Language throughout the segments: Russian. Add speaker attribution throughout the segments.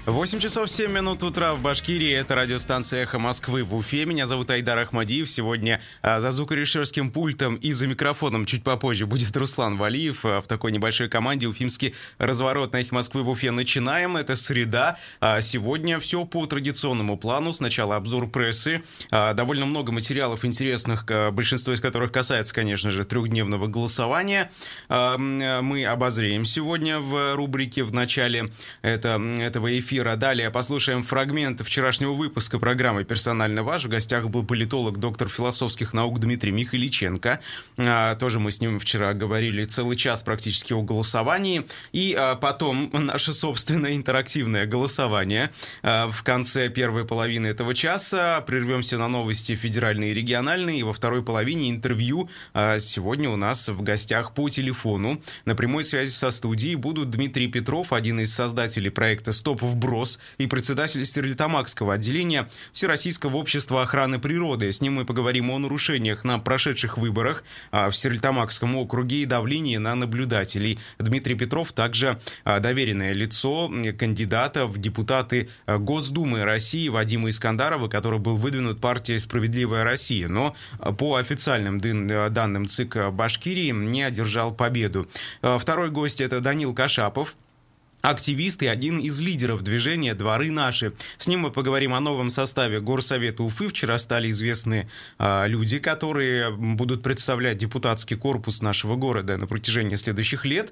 Speaker 1: 8 часов 7 минут утра в Башкирии. Это радиостанция «Эхо Москвы» в Уфе. Меня зовут Айдар Ахмадиев. Сегодня за звукорежиссерским пультом и за микрофоном чуть попозже будет Руслан Валиев. В такой небольшой команде «Уфимский разворот» на «Эхо Москвы» в Уфе начинаем. Это среда. Сегодня все по традиционному плану. Сначала обзор прессы. Довольно много материалов интересных, большинство из которых касается, конечно же, трехдневного голосования. Мы обозреем сегодня в рубрике в начале этого эфира. Далее послушаем фрагмент вчерашнего выпуска программы «Персонально ваш». В гостях был политолог, доктор философских наук Дмитрий Михайличенко. Тоже мы с ним вчера говорили целый час практически о голосовании. И потом наше собственное интерактивное голосование. В конце первой половины этого часа прервемся на новости федеральные и региональные. И во второй половине интервью. Сегодня у нас в гостях по телефону на прямой связи со студией будут Дмитрий Петров, один из создателей проекта «Стоп вброс» и председатель Стерлитамакского отделения Всероссийского общества охраны природы. С ним мы поговорим о нарушениях на прошедших выборах в Стерлитамакском округе и давлении на наблюдателей. Дмитрий Петров также доверенное лицо кандидата в депутаты Госдумы России Вадима Искандарова, который был выдвинут партией «Справедливая Россия», но по официальным данным ЦИК Башкирии не одержал победу. Второй гость — это Данил Кашапов, активист и один из лидеров движения «Дворы наши». С ним мы поговорим о новом составе Горсовета Уфы. Вчера стали известны люди, которые будут представлять депутатский корпус нашего города на протяжении следующих лет.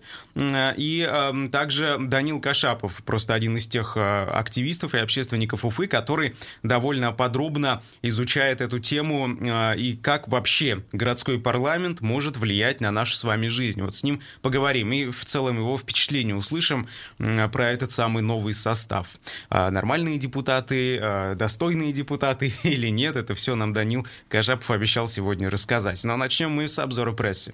Speaker 1: И также Данил Кашапов, просто один из тех активистов и общественников Уфы, который довольно подробно изучает эту тему и как вообще городской парламент может влиять на нашу с вами жизнь. Вот с ним поговорим и в целом его впечатления услышим про этот самый новый состав. Нормальные депутаты, достойные депутаты или нет, это все нам Данил Кашапов обещал сегодня рассказать. Но начнем мы с обзора прессы.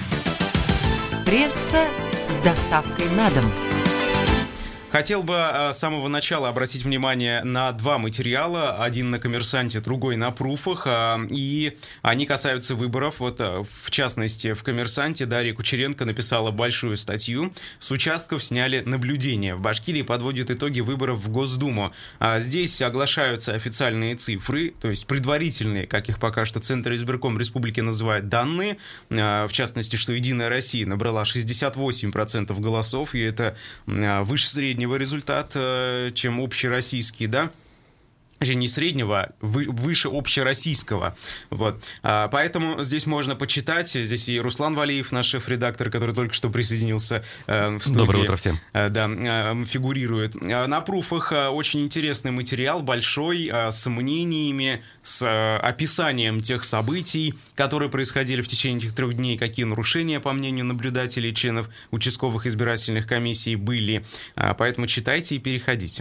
Speaker 2: Пресса с доставкой на дом.
Speaker 1: Хотел бы с самого начала обратить внимание на два материала. Один на «Коммерсанте», другой на «Пруфах». И они касаются выборов. Вот, в частности, в «Коммерсанте» Дарья Кучеренко написала большую статью. С участков сняли наблюдения. В Башкирии подводят итоги выборов в Госдуму. Здесь оглашаются официальные цифры, то есть предварительные, как их пока что Центр избирком Республики называет, данные. В частности, что «Единая Россия» набрала 68% голосов, и это выше среднего результат, чем общероссийский, да? Не среднего, выше общероссийского. Вот. Поэтому здесь можно почитать. Здесь и Руслан Валиев, наш шеф-редактор, который только что присоединился в студии.
Speaker 3: Доброе утро всем.
Speaker 1: Да, фигурирует. На «Пруфах» очень интересный материал, большой, с мнениями, с описанием тех событий, которые происходили в течение этих 3 дней, какие нарушения, по мнению наблюдателей, членов участковых избирательных комиссий были. Поэтому читайте и переходите.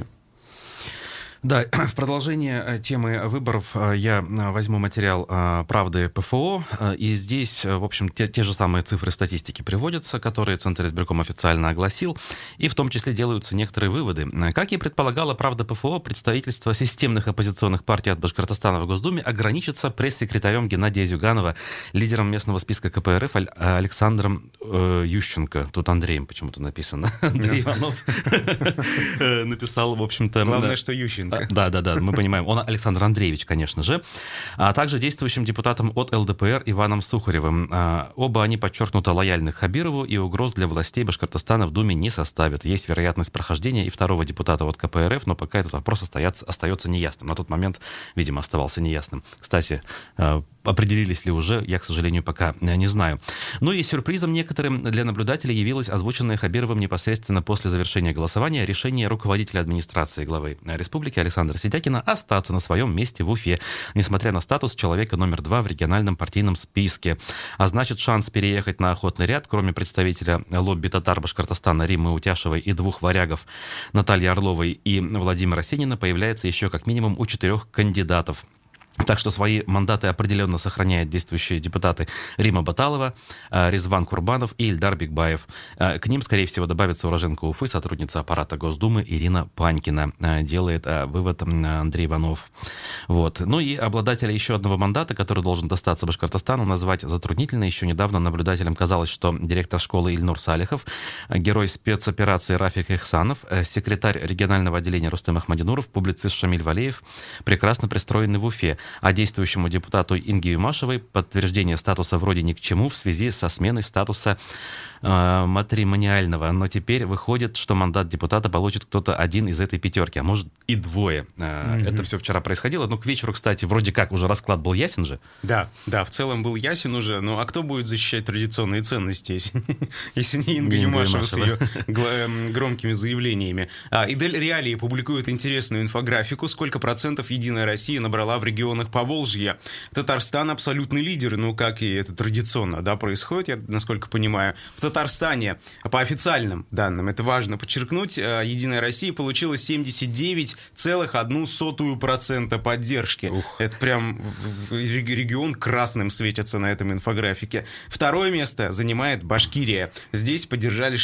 Speaker 3: Да, в продолжение темы выборов я возьму материал «Правды ПФО», и здесь, в общем, те же самые цифры статистики приводятся, которые Центр избирком официально огласил, и в том числе делаются некоторые выводы. Как и предполагала «Правда ПФО», представительство системных оппозиционных партий от Башкортостана в Госдуме ограничится пресс-секретарем Геннадия Зюганова, лидером местного списка КПРФ Александром Ющенко. Тут Андреем почему-то написано. Андрей Иванов написал, в общем-то...
Speaker 1: Главное, что Ющенко.
Speaker 3: Да, мы понимаем. Он Александр Андреевич, конечно же. А также действующим депутатом от ЛДПР Иваном Сухаревым. Оба они подчеркнуто лояльны к Хабирову, и угроз для властей Башкортостана в Думе не составят. Есть вероятность прохождения и второго депутата от КПРФ, но пока этот вопрос остается неясным. На тот момент, видимо, оставался неясным. Кстати, определились ли уже, я, к сожалению, пока не знаю. Ну и сюрпризом некоторым для наблюдателей явилось озвученное Хабировым непосредственно после завершения голосования решение руководителя администрации главы республики Александра Сидякина остаться на своем месте в Уфе, несмотря на статус человека номер 2 в региональном партийном списке. А значит, шанс переехать на охотный ряд, кроме представителя лобби татар Башкортостана Риммы Утяшевой и 2 варягов Натальи Орловой и Владимира Сенина, появляется еще как минимум у 4 кандидатов. Так что свои мандаты определенно сохраняют действующие депутаты Рима Баталова, Резван Курбанов и Ильдар Бекбаев. К ним, скорее всего, добавится уроженка Уфы, сотрудница аппарата Госдумы Ирина Панькина. Делает вывод Андрей Иванов. Вот. Ну и обладателя еще одного мандата, который должен достаться Башкортостану, назвать затруднительно. Еще недавно наблюдателям казалось, что директор школы Ильнур Салихов, герой спецоперации Рафик Ихсанов, секретарь регионального отделения Рустем Ахмадинуров, публицист Шамиль Валеев прекрасно пристроены в Уфе. А действующему депутату Инге Юмашевой подтверждение статуса вроде ни к чему в связи со сменой статуса матримониального. Но теперь выходит, что мандат депутата получит кто-то один из этой пятерки, а может и двое. Это все вчера происходило. Ну, к вечеру, кстати, вроде как уже расклад был ясен же.
Speaker 1: Да, в целом был ясен уже. Ну, а кто будет защищать традиционные ценности, если не Инга Юмашева с ее громкими заявлениями? Идель Реалии публикует интересную инфографику, сколько процентов Единая Россия набрала в регионах Поволжья. Татарстан абсолютный лидер, ну, как и это традиционно, да, происходит, я насколько понимаю. В Татарстане, по официальным данным, это важно подчеркнуть, Единая Россия получила 79,1% поддержки. Это прям регион красным светится на этом инфографике. Второе место занимает Башкирия. Здесь поддержали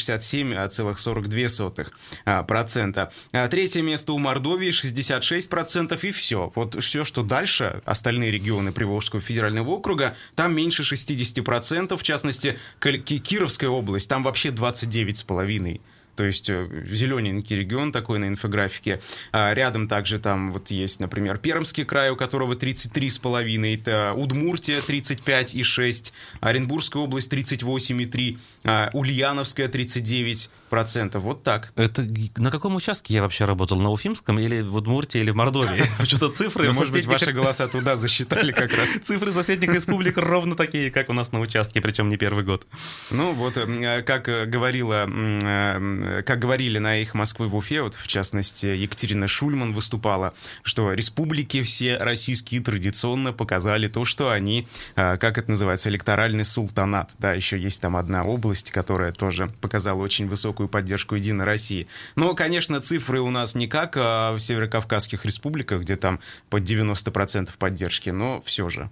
Speaker 1: 67,42%. Третье место у Мордовии 66%, и все. Вот все, что дальше, остальные регионы Приволжского федерального округа, там меньше 60%, в частности, Кировская область, там вообще 29,5%. То есть зелененький регион такой на инфографике. Рядом также там вот есть, например, Пермский край, у которого 33,5%, это Удмуртия 35,6%, Оренбургская область 38,3%, Ульяновская 39%. Вот так.
Speaker 3: Это на каком участке я вообще работал? На Уфимском или в Удмуртии, или в Мордовии? Что-то цифры...
Speaker 1: Может быть, ваши голоса туда засчитали как раз.
Speaker 3: Цифры соседних республик ровно такие, как у нас на участке, причем не первый год.
Speaker 1: Ну вот, как говорили на «Эхо Москвы» в Уфе, вот в частности Екатерина Шульман выступала, что республики все российские традиционно показали то, что они, как это называется, электоральный султанат. Да, еще есть там одна область, которая тоже показала очень высокую поддержку Единой России. Но, конечно, цифры у нас не как в северокавказских республиках, где там под 90% поддержки, но все же.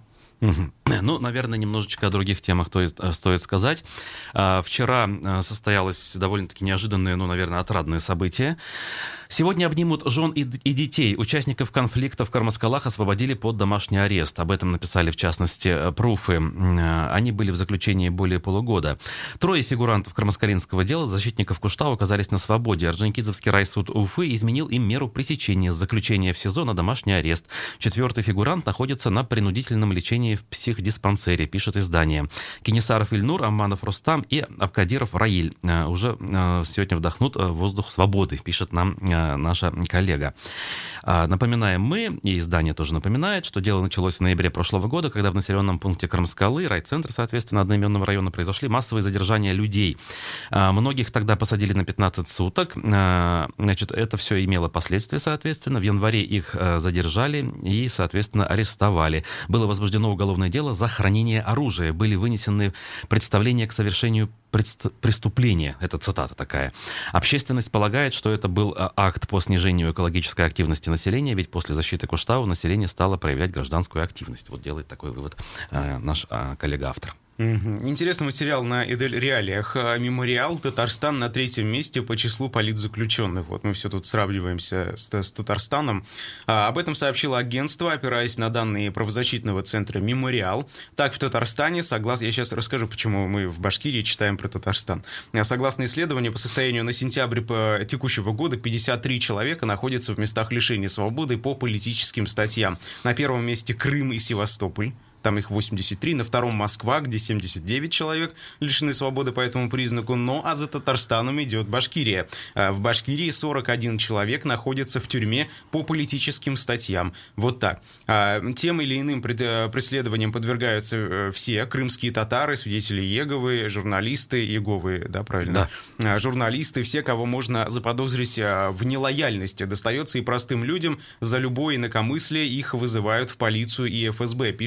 Speaker 3: Ну, наверное, немножечко о других темах стоит сказать. Вчера состоялось довольно-таки неожиданное, ну, наверное, отрадное событие. Сегодня обнимут жен и детей. Участников конфликта в Кармаскалах освободили под домашний арест. Об этом написали, в частности, пруфы. Они были в заключении более полугода. 3 фигурантов кармаскалинского дела, защитников Куштау, оказались на свободе. Орджоникидзевский райсуд Уфы изменил им меру пресечения с заключения в СИЗО на домашний арест. 4-й фигурант находится на принудительном лечении в психдиспансере, пишет издание. Кенесаров Ильнур, Амманов Рустам и Абкадиров Раиль уже сегодня вдохнут воздух свободы, пишет нам наша коллега. Напоминаем мы, и издание тоже напоминает, что дело началось в ноябре прошлого года, когда в населенном пункте Кармаскалы, райцентр, соответственно, одноименного района, произошли массовые задержания людей. Многих тогда посадили на 15 суток. Значит, это все имело последствия, соответственно. В январе их задержали и, соответственно, арестовали. Было возбуждено уголовное дело за хранение оружия. Были вынесены представления к совершению преступления. Это цитата такая. Общественность полагает, что это был акт по снижению экологической активности населения, ведь после защиты Куштау население стало проявлять гражданскую активность. Вот делает такой вывод наш коллега-автор.
Speaker 1: Интересный материал на Идель Реалиях. Мемориал «Татарстан» на 3-м месте по числу политзаключенных. Вот мы все тут сравниваемся с Татарстаном. Об этом сообщило агентство, опираясь на данные правозащитного центра «Мемориал». Так, в Татарстане, я сейчас расскажу, почему мы в Башкирии читаем про Татарстан. Согласно исследованию, по состоянию на сентябрь текущего года 53 человека находятся в местах лишения свободы по политическим статьям. На 1-м месте Крым и Севастополь. Там их 83, на 2-м Москва, где 79 человек лишены свободы по этому признаку, а за Татарстаном идет Башкирия. В Башкирии 41 человек находится в тюрьме по политическим статьям. Вот так. Тем или иным преследованиям подвергаются все: крымские татары, свидетели Иеговы, журналисты, Иеговы, да, правильно? Да. Журналисты, все, кого можно заподозрить в нелояльности. Достается и простым людям. За любое инакомыслие их вызывают в полицию и ФСБ, пишет издание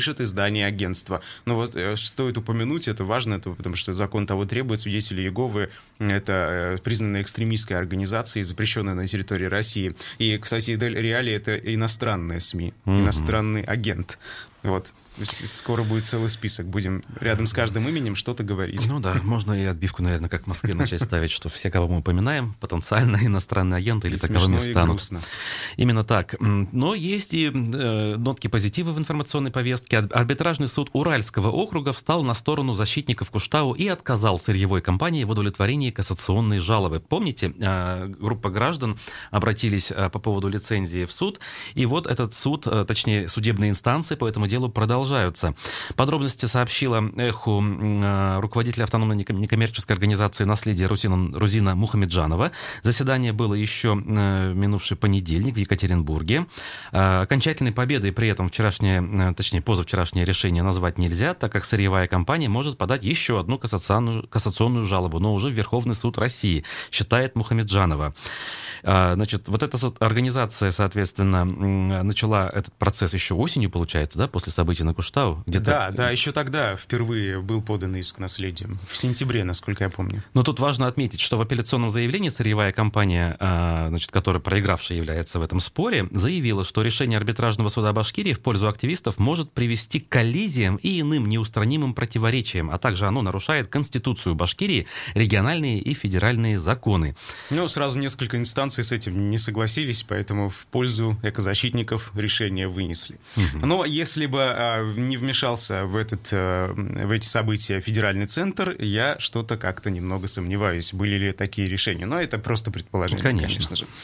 Speaker 1: здание агентства. Но вот стоит упомянуть, это важно, потому что закон того требует, свидетели Иеговы — это признанная экстремистская организация, запрещенная на территории России. И, кстати, Дель Реали — это иностранные СМИ, иностранный агент. Вот. Скоро будет целый список. Будем рядом с каждым именем что-то говорить.
Speaker 3: Ну да, можно и отбивку, наверное, как в Москве начать ставить, что все, кого мы упоминаем, потенциально иностранные агенты или таковыми станут.
Speaker 1: Грустно.
Speaker 3: Именно так. Но есть и нотки позитива в информационной повестке. Арбитражный суд Уральского округа встал на сторону защитников Куштау и отказал сырьевой компании в удовлетворении кассационной жалобы. Помните, группа граждан обратились по поводу лицензии в суд, и вот этот суд, точнее, судебные инстанции по этому делу продолжаются. Подробности сообщила «Эху» руководитель автономной некоммерческой организации «Наследие» Рузина Мухамеджанова. Заседание было еще в минувший понедельник в Екатеринбурге. Окончательной победой при этом позавчерашнее решение назвать нельзя, так как сырьевая компания может подать еще одну кассационную жалобу, но уже в Верховный суд России, считает Мухамеджанова. Значит, вот эта организация, соответственно, начала этот процесс еще осенью, получается, да, после событий на Куштау?
Speaker 1: Да, еще тогда впервые был подан иск наследием. В сентябре, насколько я помню.
Speaker 3: Но тут важно отметить, что в апелляционном заявлении сырьевая компания, значит, которая проигравшей является в этом споре, заявила, что решение арбитражного суда Башкирии в пользу активистов может привести к коллизиям и иным неустранимым противоречиям, а также оно нарушает Конституцию Башкирии, региональные и федеральные законы.
Speaker 1: Ну, сразу несколько инстанций с этим не согласились, поэтому в пользу экозащитников решение вынесли. Но если бы не вмешался в эти события федеральный центр, я что-то как-то немного сомневаюсь, были ли такие решения. Но это просто предположение, конечно же.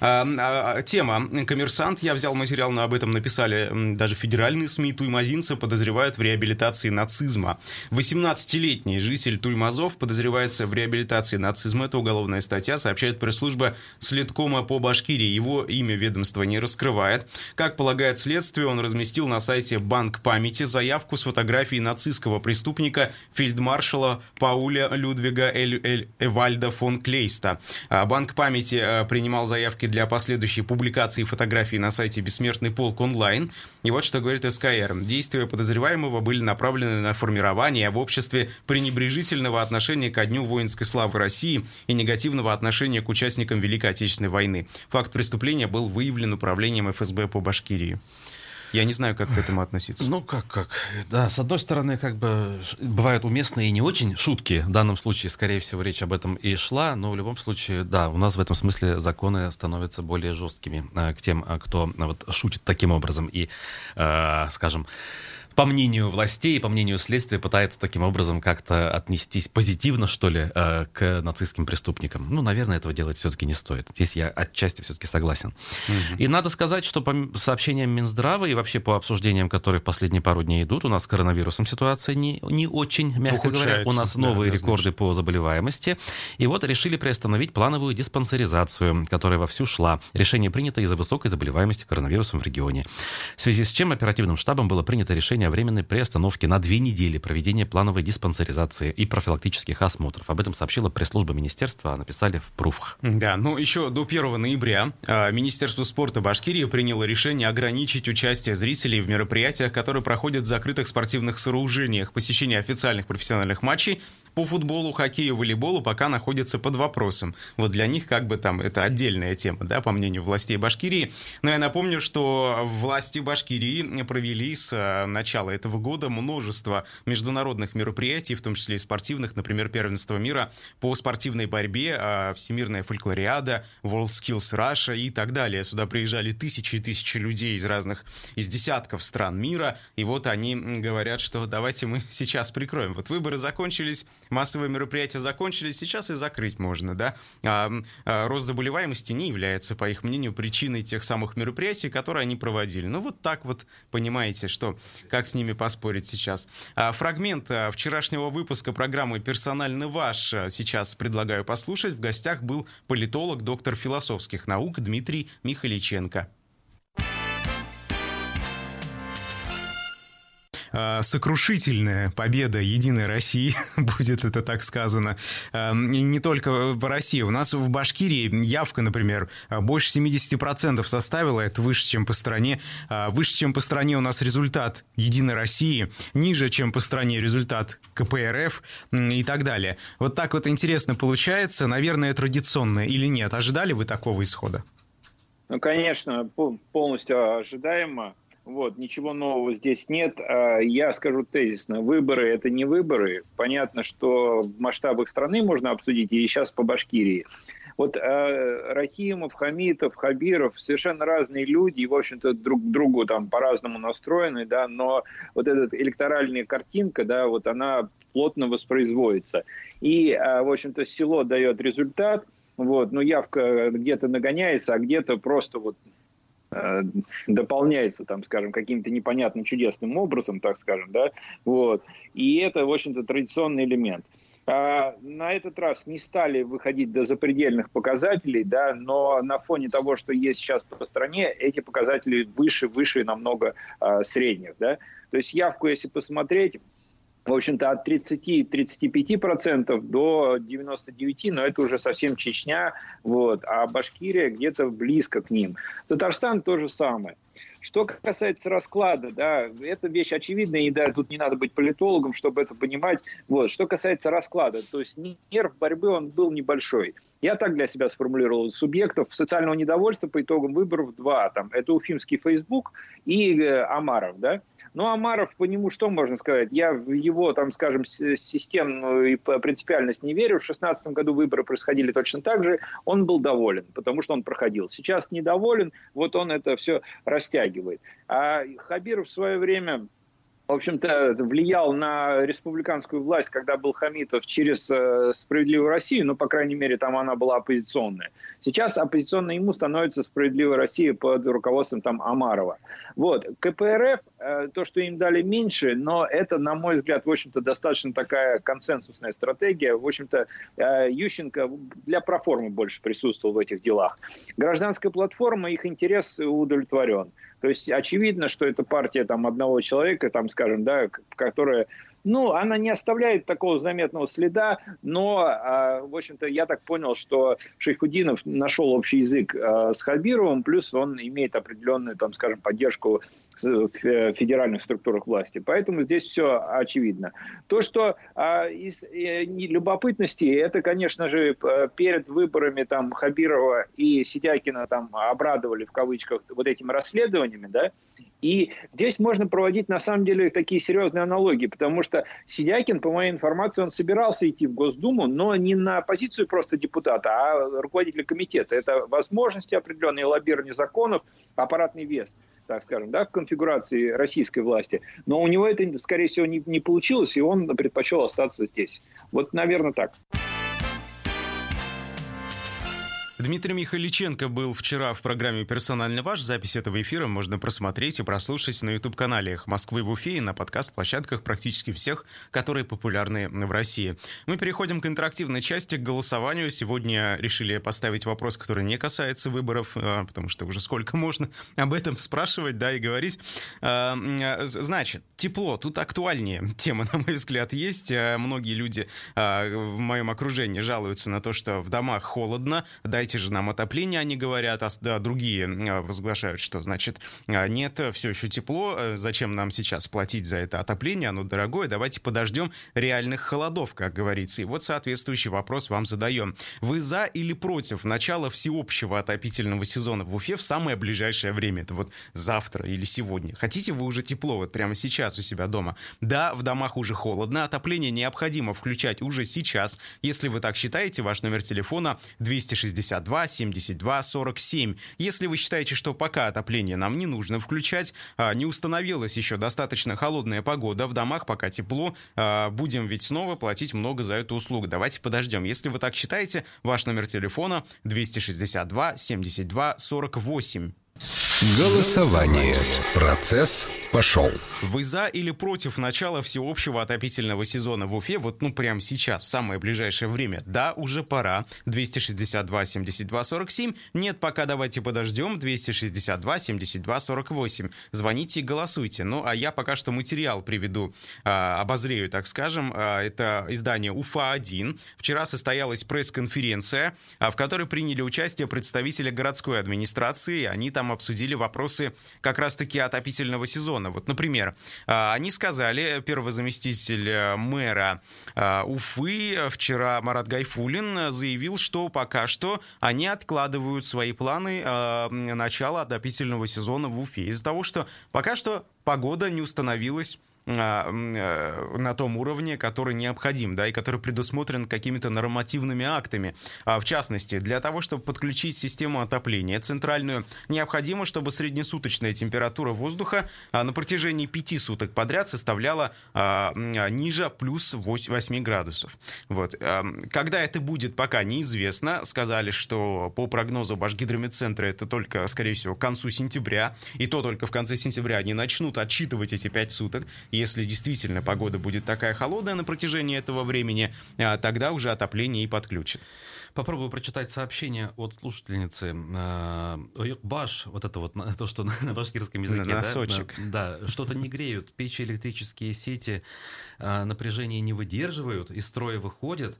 Speaker 1: Тема «Коммерсант». Я взял материал, но об этом написали даже федеральные СМИ. Туймазинца подозревают в реабилитации нацизма. 18-летний житель Туймазов подозревается в реабилитации нацизма. Это уголовная статья, сообщает пресс-служба Следкома по Башкирии. Его имя ведомство не раскрывает. Как полагает следствие, он разместил на сайте «Банк памяти» заявку с фотографией нацистского преступника фельдмаршала Пауля Людвига Эвальда фон Клейста. Банк памяти принимал заявки для последующей публикации фотографий на сайте «Бессмертный полк онлайн». И вот что говорит СКР. Действия подозреваемого были направлены на формирование в обществе пренебрежительного отношения ко Дню воинской славы России и негативного отношения к участникам Великой Отечественной войны. Факт преступления был выявлен управлением ФСБ по Башкирии. Я не знаю, как к этому относиться.
Speaker 3: Ну, как? Да, с одной стороны, как бы бывают уместные и не очень шутки. В данном случае, скорее всего, речь об этом и шла, но в любом случае, да, у нас в этом смысле законы становятся более жесткими к тем, кто вот шутит таким образом и, скажем, по мнению властей, по мнению следствия, пытается таким образом как-то отнестись позитивно, что ли, к нацистским преступникам. Ну, наверное, этого делать все-таки не стоит. Здесь я отчасти все-таки согласен. И надо сказать, что по сообщениям Минздрава и вообще по обсуждениям, которые в последние пару дней идут, у нас с коронавирусом ситуация не очень, мягко говоря. У нас новые рекорды по заболеваемости. И вот решили приостановить плановую диспансеризацию, которая вовсю шла. Решение принято из-за высокой заболеваемости коронавирусом в регионе. В связи с чем оперативным штабом было принято решение о временной приостановке на 2 недели проведения плановой диспансеризации и профилактических осмотров. Об этом сообщила пресс-служба министерства, написали в пруфах.
Speaker 1: Да, ну еще до 1 ноября Министерство спорта Башкирии приняло решение ограничить участие зрителей в мероприятиях, которые проходят в закрытых спортивных сооружениях. Посещение официальных профессиональных матчей по футболу, хоккею, волейболу пока находится под вопросом. Вот для них как бы там это отдельная тема, да, по мнению властей Башкирии. Но я напомню, что власти Башкирии провели с начала этого года множество международных мероприятий, в том числе и спортивных, например, первенство мира по спортивной борьбе, Всемирная фольклориада, WorldSkills Russia и так далее. Сюда приезжали тысячи и тысячи людей из десятков стран мира, и вот они говорят, что давайте мы сейчас прикроем. Вот выборы закончились, массовые мероприятия закончились, сейчас и закрыть можно, да. Рост заболеваемости не является, по их мнению, причиной тех самых мероприятий, которые они проводили. Ну вот так вот, понимаете, что как с ними поспорить сейчас. Фрагмент вчерашнего выпуска программы «Персонально ваш» сейчас предлагаю послушать. В гостях был политолог, доктор философских наук Дмитрий Михаличенко. сокрушительная победа Единой России, будет это так сказано. Не только в России. У нас в Башкирии явка, например, больше 70% составила. Это выше, чем по стране. Выше, чем по стране у нас результат Единой России. Ниже, чем по стране результат КПРФ и так далее. Вот так вот интересно получается. Наверное, традиционно или нет? Ожидали вы такого исхода?
Speaker 4: Ну, конечно, полностью ожидаемо. Вот, ничего нового здесь нет. Я скажу тезисно, выборы – это не выборы. Понятно, что в масштабах страны можно обсудить, и сейчас по Башкирии. Вот Рахимов, Хамитов, Хабиров – совершенно разные люди, и, в общем-то, друг к другу там по-разному настроены, да, но вот эта электоральная картинка, да, вот она плотно воспроизводится. И, в общем-то, село дает результат, вот, но явка где-то нагоняется, а где-то просто вот дополняется, там, скажем, каким-то непонятным чудесным образом, так скажем, да, вот, и это, в общем-то, традиционный элемент. На этот раз не стали выходить до запредельных показателей, да, но на фоне того, что есть сейчас по стране, эти показатели выше намного средних, да, то есть явку, если посмотреть, в общем-то, от 30-35% до 99%, но это уже совсем Чечня, вот, а Башкирия где-то близко к ним. Татарстан то же самое. Что касается расклада, да, это вещь очевидная, и да, тут не надо быть политологом, чтобы это понимать. Вот. Что касается расклада, то есть нерв борьбы, он был небольшой. Я так для себя сформулировал: субъектов социального недовольства по итогам выборов два. Там, это уфимский Facebook и Омаров, да. Ну, Омаров, по нему что можно сказать? Я в его, там, скажем, системную принципиальность не верю. В 2016 году выборы происходили точно так же. Он был доволен, потому что он проходил. Сейчас недоволен, вот он это все растягивает. А Хабиров в свое время, в общем-то, влиял на республиканскую власть, когда был Хамитов, через «Справедливую Россию», ну, по крайней мере, там она была оппозиционная. Сейчас оппозиционной ему становится «Справедливая Россия» под руководством там Омарова. Вот. КПРФ, то, что им дали меньше, но это, на мой взгляд, в общем-то, достаточно такая консенсусная стратегия. В общем-то, Ющенко для проформы больше присутствовал в этих делах. Гражданская платформа, их интерес удовлетворен. То есть очевидно, что это партия там одного человека, там, скажем, да, которая, ну, она не оставляет такого заметного следа, но, в общем-то, я так понял, что Шайхутдинов нашел общий язык с Хабировым, плюс он имеет определенную, там, скажем, поддержку в федеральных структурах власти. Поэтому здесь все очевидно. То, что из любопытности, это, конечно же, перед выборами там Хабирова и Сидякина там обрадовали, в кавычках, вот этими расследованиями, да, и здесь можно проводить, на самом деле, такие серьезные аналогии, потому что Сидякин, по моей информации, он собирался идти в Госдуму, но не на позицию просто депутата, а руководителя комитета. Это возможности определенные, лоббирование законов, аппаратный вес, так скажем, да, в конфигурации российской власти. Но у него это, скорее всего, не получилось, и он предпочел остаться здесь. Вот, наверное, так.
Speaker 1: Дмитрий Михайличенко был вчера в программе «Персонально ваш». Запись этого эфира можно просмотреть и прослушать на YouTube-канале «Эхо Москвы» в Уфе и на подкаст-площадках практически всех, которые популярны в России. Мы переходим к интерактивной части, к голосованию. Сегодня решили поставить вопрос, который не касается выборов, потому что уже сколько можно об этом спрашивать, да, и говорить. Значит, тепло. Тут актуальнее тема, на мой взгляд, есть. Многие люди в моем окружении жалуются на то, что в домах холодно, дайте же нам отопление, они говорят, а другие возглашают, что, значит, нет, все еще тепло, зачем нам сейчас платить за это отопление, оно дорогое, давайте подождем реальных холодов, как говорится. И вот соответствующий вопрос вам задаем. Вы за или против начала всеобщего отопительного сезона в Уфе в самое ближайшее время? Это вот завтра или сегодня. Хотите вы уже тепло, вот прямо сейчас у себя дома? Да, в домах уже холодно, отопление необходимо включать уже сейчас. Если вы так считаете, ваш номер телефона 262 72 47. Если вы считаете, что пока отопление нам не нужно включать, не установилась еще достаточно холодная погода в домах, пока тепло, будем ведь снова платить много за эту услугу. Давайте подождем. Если вы так считаете, ваш номер телефона 262 72 48.
Speaker 5: Голосование. Процесс пошел.
Speaker 1: Вы за или против начала всеобщего отопительного сезона в Уфе? Вот, прямо сейчас, в самое ближайшее время. Да, уже пора. 262-72-47. Нет, пока давайте подождем. 262-72-48. Звоните и голосуйте. А я пока что материал приведу, обозрею, так скажем. Это издание «Уфа-1». Вчера состоялась пресс-конференция, в которой приняли участие представители городской администрации. Они там обсудили вопросы как раз-таки отопительного сезона. Вот, например, они сказали, первый заместитель мэра Уфы вчера Марат Гайфуллин заявил, что пока что они откладывают свои планы начала отопительного сезона в Уфе из-за того, что пока что погода не установилась на том уровне, который необходим, да, и который предусмотрен какими-то нормативными актами. В частности, для того, чтобы подключить систему отопления центральную, необходимо, чтобы среднесуточная температура воздуха на протяжении 5 суток подряд составляла ниже плюс 8 градусов. Вот. Когда это будет, пока неизвестно. Сказали, что по прогнозу Башгидромедцентра это только, скорее всего, к концу сентября, и то только в конце сентября они начнут отсчитывать эти 5 суток. Если действительно погода будет такая холодная на протяжении этого времени, тогда уже отопление и подключат.
Speaker 3: Попробую прочитать сообщение от слушательницы. Баш, вот это вот, то, что на башкирском языке.
Speaker 1: Носочек.
Speaker 3: Да, что-то не греют. Печи, электрические сети напряжение не выдерживают, из строя выходят.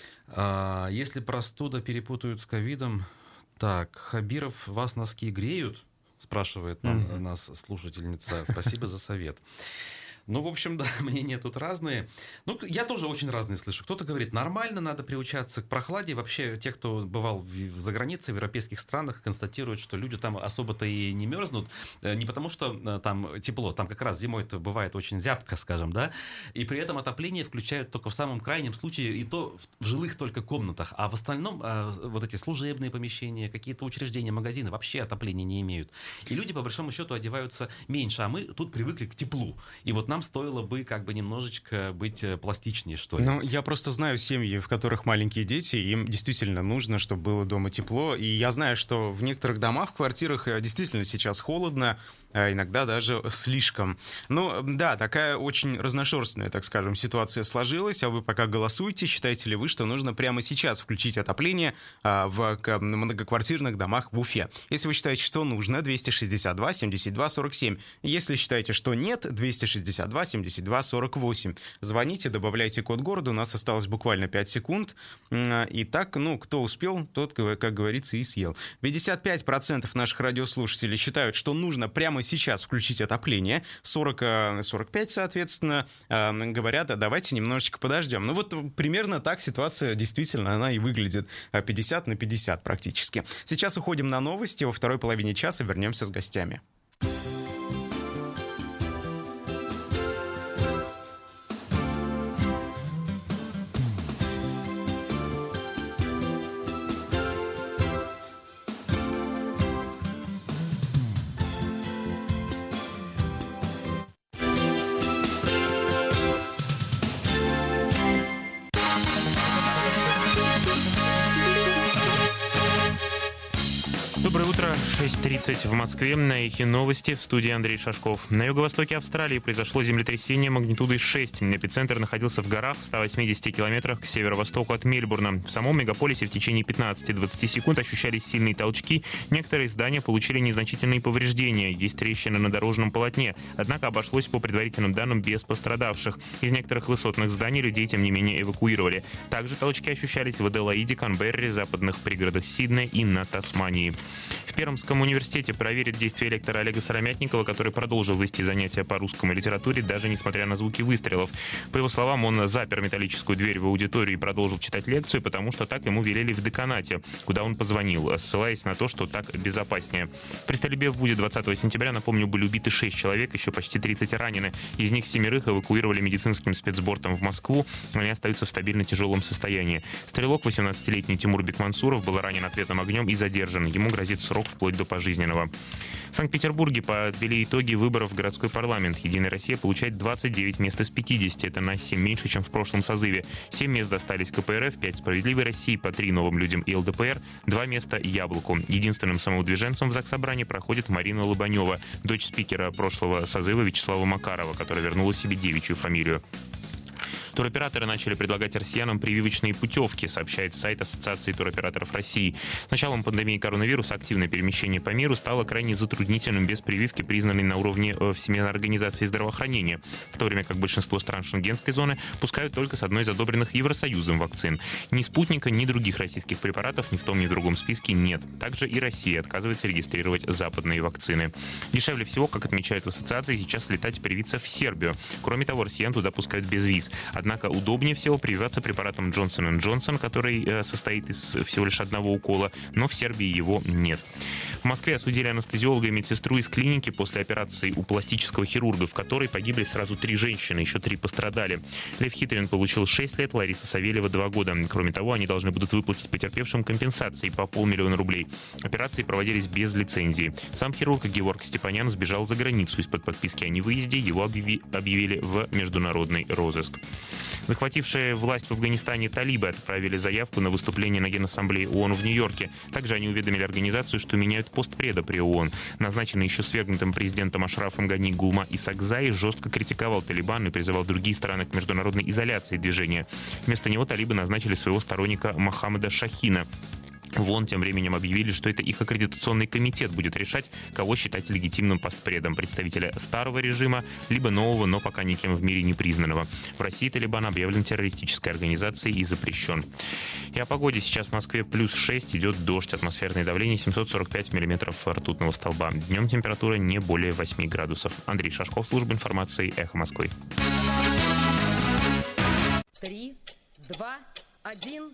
Speaker 3: Если простуда перепутают с ковидом... Так, Хабиров, вас носки греют? Спрашивает нас слушательница. Спасибо за совет. В общем, да, мнения тут разные. Я тоже очень разные слышу. Кто-то говорит, нормально, надо приучаться к прохладе. Вообще, те, кто бывал за границей, в европейских странах, констатируют, что люди там особо-то и не мерзнут. Не потому, что там тепло. Там как раз зимой это бывает очень зябко, скажем, да. И при этом отопление включают только в самом крайнем случае, и то в жилых только комнатах. А в остальном вот эти служебные помещения, какие-то учреждения, магазины вообще отопления не имеют. И люди, по большому счету, одеваются меньше. А мы тут привыкли к теплу. И вот нам стоило бы немножечко быть пластичнее, что ли.
Speaker 1: Я просто знаю семьи, в которых маленькие дети, им действительно нужно, чтобы было дома тепло. И я знаю, что в некоторых домах, в квартирах действительно сейчас холодно, а иногда даже слишком. Да, такая очень разношерстная, так скажем, ситуация сложилась, а вы пока голосуете, считаете ли вы, что нужно прямо сейчас включить отопление в многоквартирных домах в Уфе? Если вы считаете, что нужно, 262-72-47. Если считаете, что нет, 262-72-48. Звоните, добавляйте код города, у нас осталось буквально 5 секунд. И так, кто успел, тот, как говорится, и съел. 55% наших радиослушателей считают, что нужно прямо сейчас включить отопление. 45, соответственно, говорят, давайте немножечко подождем. Вот примерно так ситуация действительно, она и выглядит. 50/50 практически. Сейчас уходим на новости. Во второй половине часа вернемся с гостями.
Speaker 6: Доброе утро. 6:30 в Москве. На Эхе новости. В студии Андрей Шашков. На юго-востоке Австралии произошло землетрясение магнитудой 6. Эпицентр находился в горах в 180 километрах к северо-востоку от Мельбурна. В самом мегаполисе в течение 15-20 секунд ощущались сильные толчки. Некоторые здания получили незначительные повреждения. Есть трещины на дорожном полотне. Однако обошлось по предварительным данным без пострадавших. Из некоторых высотных зданий людей, тем не менее, эвакуировали. Также толчки ощущались в Аделаиде, Канберре, западных пригородах Сиднея и на Тасмании. В Пермском университете проверит действия лектора Олега Сыромятникова, который продолжил вести занятия по русскому литературе, даже несмотря на звуки выстрелов. По его словам, он запер металлическую дверь в аудиторию и продолжил читать лекцию, потому что так ему велели в деканате, куда он позвонил, ссылаясь на то, что так безопаснее. При стрельбе в ВУЗе 20 сентября, напомню, были убиты 6 человек, еще почти 30 ранены. Из них 7 эвакуировали медицинским спецбортом в Москву. Они остаются в стабильно тяжелом состоянии. Стрелок, 18-летний Тимур Бекмансуров, был ранен ответным огнем и задержан. Ему грозит срок вплоть до пожизненного. В Санкт-Петербурге подвели итоги выборов в городской парламент. «Единая Россия» получает 29 мест из 50. Это на 7 меньше, чем в прошлом созыве. 7 мест достались КПРФ, 5 «Справедливой России», по 3 «Новым людям» и ЛДПР, 2 места «Яблоку». Единственным самовыдвиженцем в Заксобрании проходит Марина Лобанева, дочь спикера прошлого созыва Вячеслава Макарова, которая вернула себе девичью фамилию. Туроператоры начали предлагать россиянам прививочные путевки, сообщает сайт Ассоциации туроператоров России. С началом пандемии коронавируса активное перемещение по миру стало крайне затруднительным без прививки, признанной на уровне Всемирной организации здравоохранения, в то время как большинство стран шенгенской зоны пускают только с одной из одобренных Евросоюзом вакцин. Ни «Спутника», ни других российских препаратов ни в том, ни в другом списке нет. Также и Россия отказывается регистрировать западные вакцины. Дешевле всего, как отмечают в ассоциации, сейчас летать привиться в Сербию. Кроме того, россиян туда пускают без виз. Однако удобнее всего прививаться препаратом Johnson & Johnson, который состоит из всего лишь одного укола, но в Сербии его нет. В Москве осудили анестезиолога и медсестру из клиники после операции у пластического хирурга, в которой погибли сразу 3 женщины, еще 3 пострадали. Лев Хитрин получил 6 лет, Лариса Савельева 2 года. Кроме того, они должны будут выплатить потерпевшим компенсации по 500 000 рублей. Операции проводились без лицензии. Сам хирург Геворг Степанян сбежал за границу из-под подписки о невыезде. Его объявили в международный розыск. Захватившие власть в Афганистане талибы отправили заявку на выступление на Генассамблее ООН в Нью-Йорке. Также они уведомили организацию, что меняют пост преда при ООН. Назначенный еще свергнутым президентом Ашрафом Гани Гулма Исакзай жестко критиковал Талибан и призывал другие страны к международной изоляции движения. Вместо него талибы назначили своего сторонника Мохаммеда Шахина. В ООН тем временем объявили, что это их аккредитационный комитет будет решать, кого считать легитимным постпредом: представителя старого режима, либо нового, но пока никем в мире не признанного. В России Талибан объявлен террористической организацией и запрещен. И о погоде. Сейчас в Москве +6, идет дождь, атмосферное давление 745 миллиметров ртутного столба. Днем температура не более 8 градусов. Андрей Шашков, служба информации, Эхо Москвы.
Speaker 2: 3, 2, 1...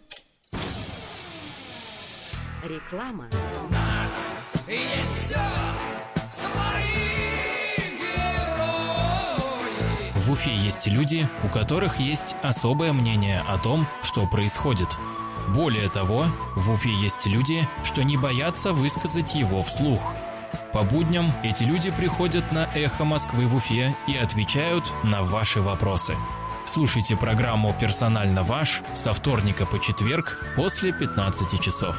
Speaker 2: Реклама.
Speaker 5: У нас есть все свои герои.
Speaker 7: В Уфе есть люди, у которых есть особое мнение о том, что происходит. Более того, в Уфе есть люди, что не боятся высказать его вслух. По будням эти люди приходят на «Эхо Москвы» в Уфе и отвечают на ваши вопросы. Слушайте программу «Персонально ваш» со вторника по четверг после 15 часов.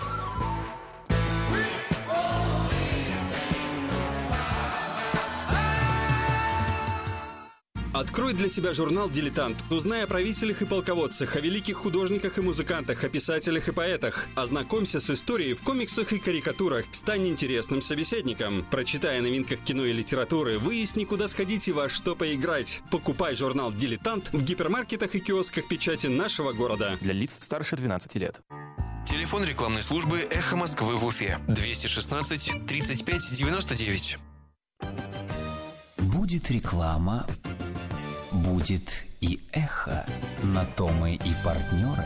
Speaker 8: Открой для себя журнал «Дилетант». Узнай о правителях и полководцах, о великих художниках и музыкантах, о писателях и поэтах. Ознакомься с историей в комиксах и карикатурах. Стань интересным собеседником. Прочитай о новинках кино и литературы. Выясни, куда сходить и во что поиграть. Покупай журнал «Дилетант» в гипермаркетах и киосках печати нашего города.
Speaker 9: Для лиц старше 12 лет.
Speaker 10: Телефон рекламной службы «Эхо Москвы» в Уфе. 216 35 99.
Speaker 11: Будет реклама, будет и эхо. На то мы и партнеры.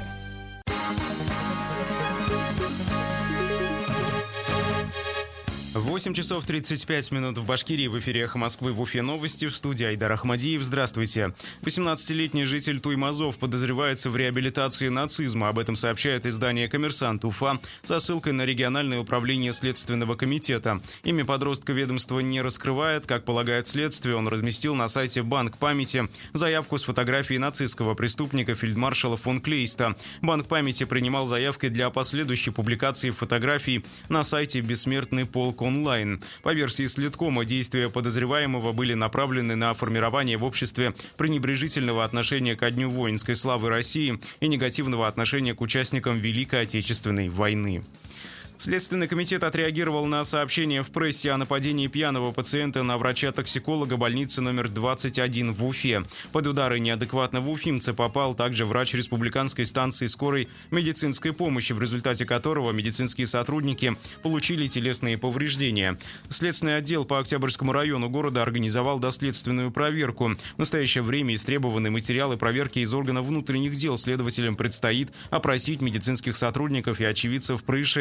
Speaker 1: 8 часов 35 минут в Башкирии. В эфире «Эхо Москвы», в Уфе новости. В студии Айдар Ахмадиев. Здравствуйте. 18-летний житель Туймазов подозревается в реабилитации нацизма. Об этом сообщает издание «Коммерсант Уфа» со ссылкой на региональное управление Следственного комитета. Имя подростка ведомство не раскрывает. Как полагает следствие, он разместил на сайте «Банк памяти» заявку с фотографией нацистского преступника фельдмаршала фон Клейста. «Банк памяти» принимал заявки для последующей публикации фотографий на сайте «Бессмертный полк онлайн». По версии Следкома, действия подозреваемого были направлены на формирование в обществе пренебрежительного отношения ко Дню воинской славы России и негативного отношения к участникам Великой Отечественной войны. Следственный комитет отреагировал на сообщение в прессе о нападении пьяного пациента на врача-токсиколога больницы номер 21 в Уфе. Под удары неадекватного уфимца попал также врач республиканской станции скорой медицинской помощи, в результате которого медицинские сотрудники получили телесные повреждения. Следственный отдел по Октябрьскому району города организовал доследственную проверку. В настоящее время истребованы материалы проверки из органов внутренних дел. Следователям предстоит опросить медицинских сотрудников и очевидцев происшествия.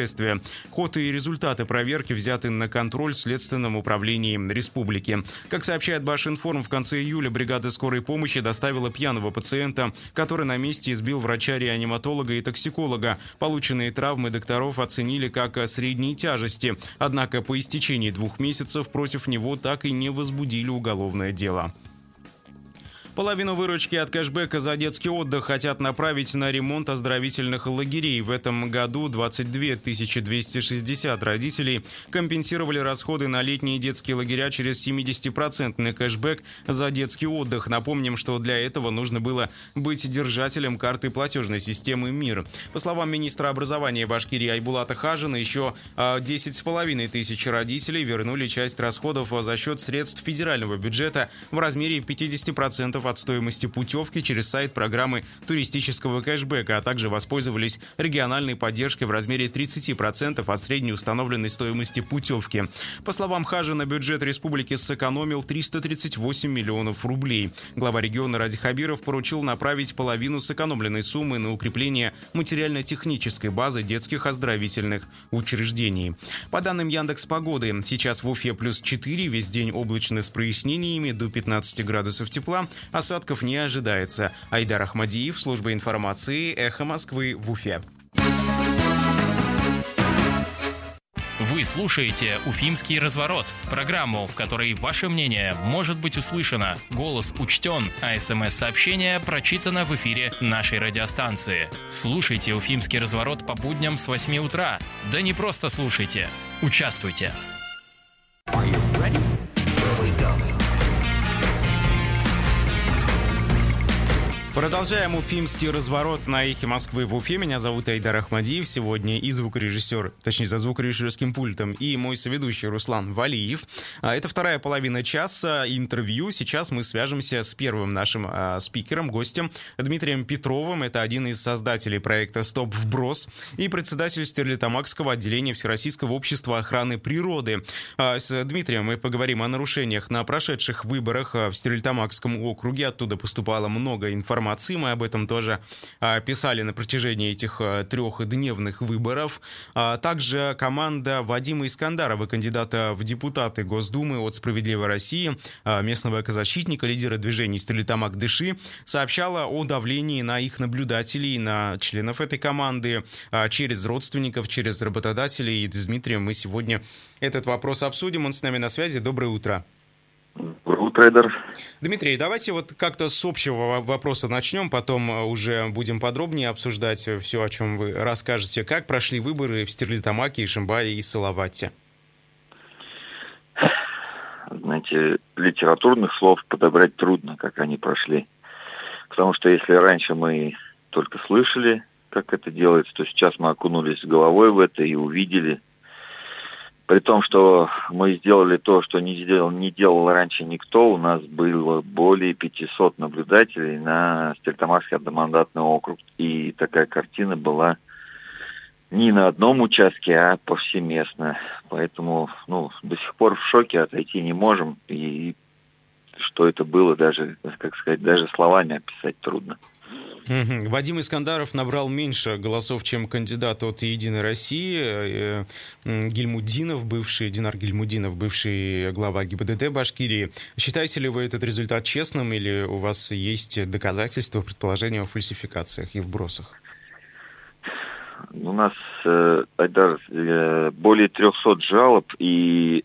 Speaker 1: Ход и результаты проверки взяты на контроль в Следственном управлении республики. Как сообщает Башинформ, в конце июля бригада скорой помощи доставила пьяного пациента, который на месте избил врача-реаниматолога и токсиколога. Полученные травмы докторов оценили как средней тяжести. Однако по истечении 2 месяцев против него так и не возбудили уголовное дело. Половину выручки от кэшбэка за детский отдых хотят направить на ремонт оздоровительных лагерей. В этом году 22 260 родителей компенсировали расходы на летние детские лагеря через 70% кэшбэк за детский отдых. Напомним, что для этого нужно было быть держателем карты платежной системы МИР. По словам министра образования Башкирии Айбулата Хажина, еще 10,5 тысяч родителей вернули часть расходов за счет средств федерального бюджета в размере 50% от стоимости путевки через сайт программы туристического кэшбэка, а также воспользовались региональной поддержкой в размере 30% от средней установленной стоимости путевки. По словам Хажина, бюджет республики сэкономил 338 миллионов рублей. Глава региона Ради Хабиров поручил направить половину сэкономленной суммы на укрепление материально-технической базы детских оздоровительных учреждений. По данным Яндекс.Погоды, сейчас в Уфе +4, весь день облачно с прояснениями, до 15 градусов тепла. Осадков не ожидается. Айдар Ахмадиев, служба информации, Эхо Москвы в Уфе.
Speaker 7: Вы слушаете «Уфимский разворот» – программу, в которой ваше мнение может быть услышано, голос учтен, а СМС-сообщение прочитано в эфире нашей радиостанции. Слушайте «Уфимский разворот» по будням с 8 утра. Да не просто слушайте, участвуйте.
Speaker 1: Продолжаем «Уфимский разворот» на Эхе Москвы в Уфе. Меня зовут Айдар Ахмадиев. Сегодня и звукорежиссер, точнее, за звукорежиссерским пультом, и мой соведущий Руслан Валиев. Это вторая половина часа интервью. Сейчас мы свяжемся с первым нашим спикером, гостем Дмитрием Петровым. Это один из создателей проекта «Стоп вброс» и председатель Стерлитамакского отделения Всероссийского общества охраны природы. С Дмитрием мы поговорим о нарушениях на прошедших выборах в Стерлитамакском округе. Оттуда поступало много информации. Мы об этом тоже писали на протяжении этих 3-дневных выборов. Также команда Вадима Искандарова, кандидата в депутаты Госдумы от «Справедливой России», местного экозащитника, лидера движения «Стерлитамак Дыши», сообщала о давлении на их наблюдателей, на членов этой команды, через родственников, через работодателей. И с Дмитрием мы сегодня этот вопрос обсудим. Он с нами на связи. Доброе утро.
Speaker 9: Доброе утро, Эдер.
Speaker 1: Дмитрий, давайте вот как-то с общего вопроса начнем, потом уже будем подробнее обсуждать все, о чем вы расскажете. Как прошли выборы в Стерлитамаке, Ишимбае и Салавате?
Speaker 9: Знаете, литературных слов подобрать трудно, как они прошли. Потому что если раньше мы только слышали, как это делается, то сейчас мы окунулись с головой в это и увидели. При том, что мы сделали то, что не делал раньше никто, у нас было более 500 наблюдателей на Стерлитамакский одномандатный округ. И такая картина была не на одном участке, а повсеместно. Поэтому до сих пор в шоке, отойти не можем. И что это было, даже, как сказать, даже словами описать трудно.
Speaker 1: Вадим Искандаров набрал меньше голосов, чем кандидат от «Единой России» Динар Гильмудинов, бывший глава ГИБДД Башкирии. Считаете ли вы этот результат честным, или у вас есть доказательства, предположения о фальсификациях и вбросах?
Speaker 9: У нас, Айдар, более 300 жалоб и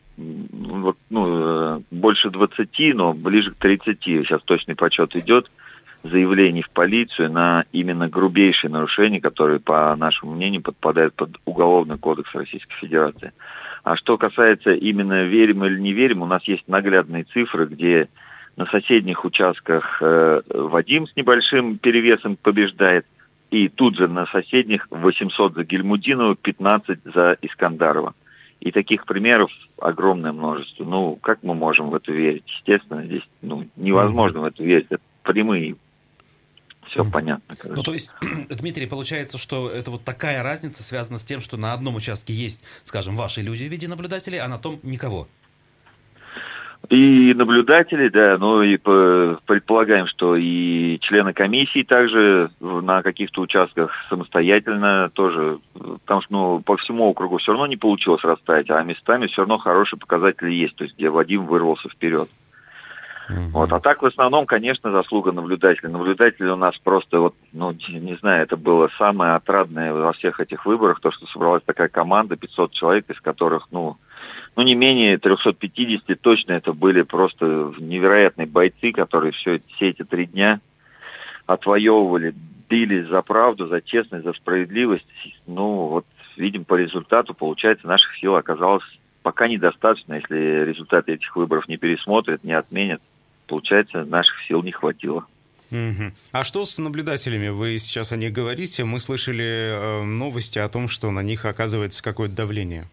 Speaker 9: больше 20, но ближе к 30, сейчас точный подсчет идет, заявлений в полицию на именно грубейшие нарушения, которые, по нашему мнению, подпадают под Уголовный кодекс Российской Федерации. А что касается именно верим или не верим, у нас есть наглядные цифры, где на соседних участках Вадим с небольшим перевесом побеждает, и тут же на соседних 800 за Гильмудинова, 15 за Искандарова. И таких примеров огромное множество. Как мы можем в это верить? Естественно, здесь невозможно в это верить. Это прямые. Все понятно. Короче.
Speaker 3: То есть, Дмитрий, получается, что это вот такая разница связана с тем, что на одном участке есть, скажем, ваши люди в виде наблюдателей, а на том никого?
Speaker 9: И наблюдатели, да, ну и предполагаем, что и члены комиссии также на каких-то участках самостоятельно тоже, потому что ну, по всему округу все равно не получилось расставить, а местами все равно хорошие показатели есть, то есть где Вадим вырвался вперед. Вот. А так в основном, конечно, заслуга наблюдателей. Наблюдатели у нас просто, вот, ну, не знаю, это было самое отрадное во всех этих выборах, то, что собралась такая команда, 500 человек, из которых, ну не менее 350 точно это были просто невероятные бойцы, которые все эти 3 дня отвоевывали, бились за правду, за честность, за справедливость. Ну, вот видим по результату, получается, наших сил оказалось пока недостаточно, если результаты этих выборов не пересмотрят, не отменят. Получается, наших сил не хватило.
Speaker 1: А что с наблюдателями? Вы сейчас о них говорите. Мы слышали новости о том, что на них оказывается какое-то давление.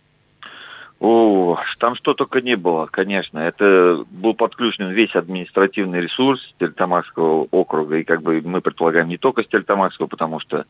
Speaker 9: О, там что только не было, конечно. Это был подключен весь административный ресурс Стерлитамакского округа. И как бы мы предполагаем не только Стерлитамакского, потому что,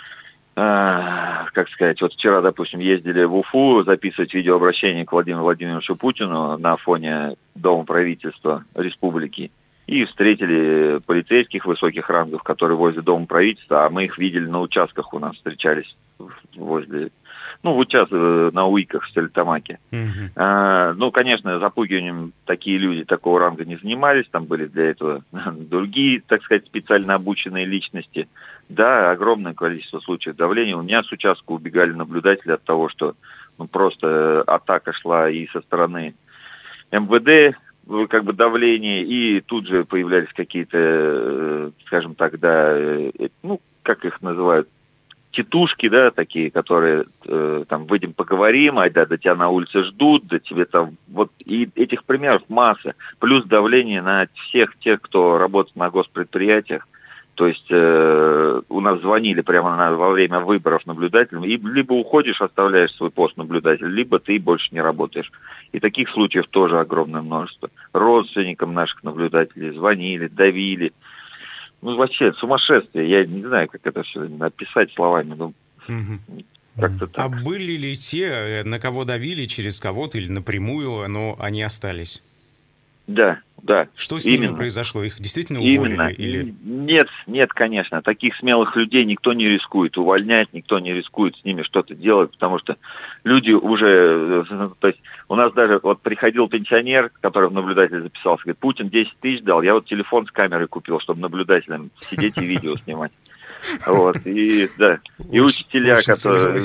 Speaker 9: как сказать, вот вчера, допустим, ездили в Уфу записывать видеообращение к Владимиру Владимировичу Путину на фоне Дома правительства республики. И встретили полицейских высоких рангов, которые возле Дома правительства, а мы их видели на участках у нас, встречались возле... на УИКах в Стерлитамаке. Ну, конечно, запугиванием такие люди такого ранга не занимались, там были для этого другие, так сказать, специально обученные личности. Да, огромное количество случаев давления. У меня с участка убегали наблюдатели от того, что просто атака шла и со стороны МВД, как бы давление, и тут же появлялись какие-то, скажем так, да, как их называют, тетушки, да, такие, которые там выйдем поговорим, да тебя на улице ждут, да тебе там, вот, и этих примеров масса, плюс давление на всех тех, кто работает на госпредприятиях, то есть у нас звонили прямо во время выборов наблюдателям, и либо уходишь, оставляешь свой пост наблюдателя, либо ты больше не работаешь. И таких случаев тоже огромное множество. Родственникам наших наблюдателей звонили, давили. Ну, вообще, сумасшествие. Я не знаю, как это все написать словами. Как-то так.
Speaker 1: А были ли те, на кого давили, через кого-то или напрямую, но они остались?
Speaker 9: Да.
Speaker 1: Что с ними произошло? Их действительно уволили? Или...
Speaker 9: Нет, конечно. Таких смелых людей никто не рискует увольнять, никто не рискует с ними что-то делать, потому что люди уже... То есть у нас даже вот приходил пенсионер, который в наблюдатель записался, говорит, Путин 10 тысяч дал, я вот телефон с камерой купил, чтобы наблюдателям сидеть и видео снимать. Вот, и да. И учителя, которые...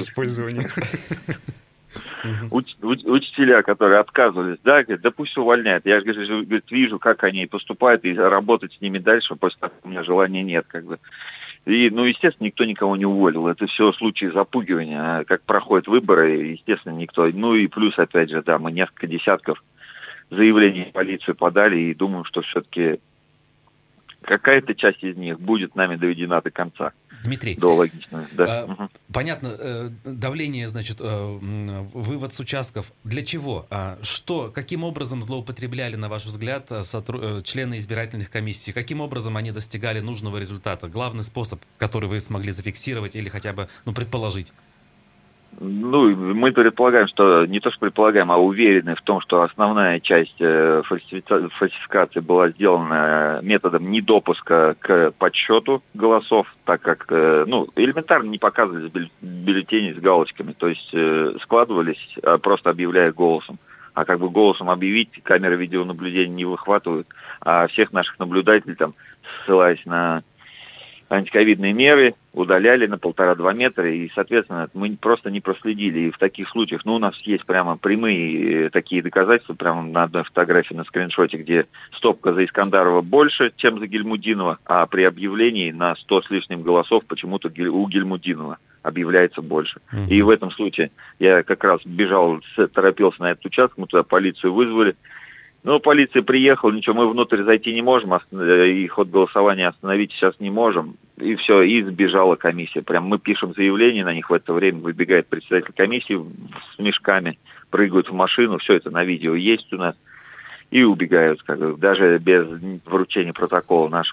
Speaker 9: Учителя, которые отказывались, да, говорят, да пусть увольняют. Я же, говорит, вижу, как они поступают, и работать с ними дальше, после того, у меня желания нет, как бы. И, естественно, никто никого не уволил. Это все случаи запугивания. А как проходят выборы, естественно, никто. Ну и плюс, опять же, да, мы несколько десятков заявлений в полицию подали и думаем, что все-таки какая-то часть из них будет нами доведена до конца.
Speaker 3: Дмитрий,
Speaker 9: да.
Speaker 3: Понятно, давление, значит, вывод с участков. Для чего? Каким образом злоупотребляли, на ваш взгляд, члены избирательных комиссий? Каким образом они достигали нужного результата? Главный способ, который вы смогли зафиксировать или хотя бы предположить?
Speaker 9: Мы предполагаем, что не то что предполагаем, а уверены в том, что основная часть фальсификации была сделана методом недопуска к подсчету голосов, так как элементарно не показывались бюллетени с галочками, то есть складывались, просто объявляя голосом. А как бы голосом объявить, камеры видеонаблюдения не выхватывают, а всех наших наблюдателей, там, ссылаясь на антиковидные меры, удаляли на 1,5-2 метра, и, соответственно, мы просто не проследили. И в таких случаях, у нас есть прямо прямые такие доказательства, прямо на одной фотографии на скриншоте, где стопка за Искандарова больше, чем за Гильмудинова, а при объявлении на 100 с лишним голосов почему-то у Гильмудинова объявляется больше. И в этом случае я как раз торопился на этот участок, мы туда полицию вызвали. Полиция приехала, ничего, мы внутрь зайти не можем, и ход голосования остановить сейчас не можем. И все, и сбежала комиссия. Прям мы пишем заявление на них, в это время выбегает председатель комиссии с мешками, прыгают в машину, все это на видео есть у нас, и убегают, даже без вручения протокола нашему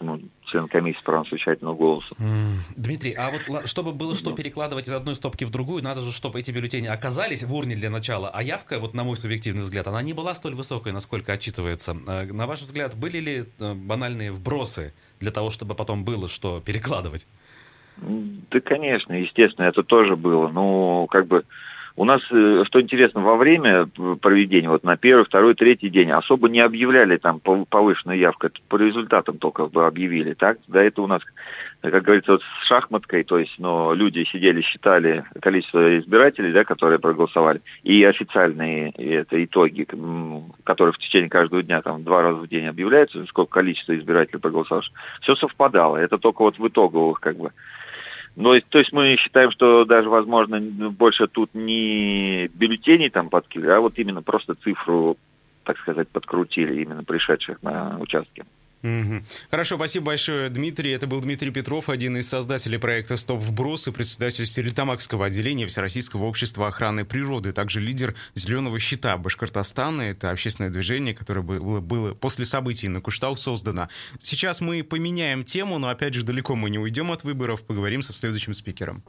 Speaker 9: член комиссии по правам совещательного голоса.
Speaker 3: Дмитрий, а вот чтобы было что перекладывать из одной стопки в другую, надо же, чтобы эти бюллетени оказались в урне для начала, а явка, вот на мой субъективный взгляд, она не была столь высокой, насколько отчитывается. На ваш взгляд, были ли банальные вбросы для того, чтобы потом было что перекладывать?
Speaker 9: Да, конечно, естественно, это тоже было. Ну, как бы у нас, что интересно, во время проведения, вот на первый, второй, третий день особо не объявляли там повышенную явку, это по результатам только объявили, так? Да, это у нас, как говорится, вот с шахматкой, то есть, но люди сидели, считали количество избирателей, да, которые проголосовали, и официальные это итоги, которые в течение каждого дня, там, 2 раза в день объявляются, сколько количество избирателей проголосовало, все совпадало, это только вот в итоговых, как бы. Ну, то есть мы считаем, что даже, возможно, больше тут не бюллетеней там подкинули, а вот именно просто цифру, так сказать, подкрутили именно пришедших на участки.
Speaker 1: Хорошо, спасибо большое, Дмитрий. Это был Дмитрий Петров, один из создателей проекта «Стоп вбросы», председатель Стерлитамакского отделения Всероссийского общества охраны природы, также лидер «Зеленого щита» Башкортостана. Это общественное движение, которое было после событий на Куштау создано. Сейчас мы поменяем тему, но, опять же, далеко мы не уйдем от выборов. Поговорим со следующим спикером.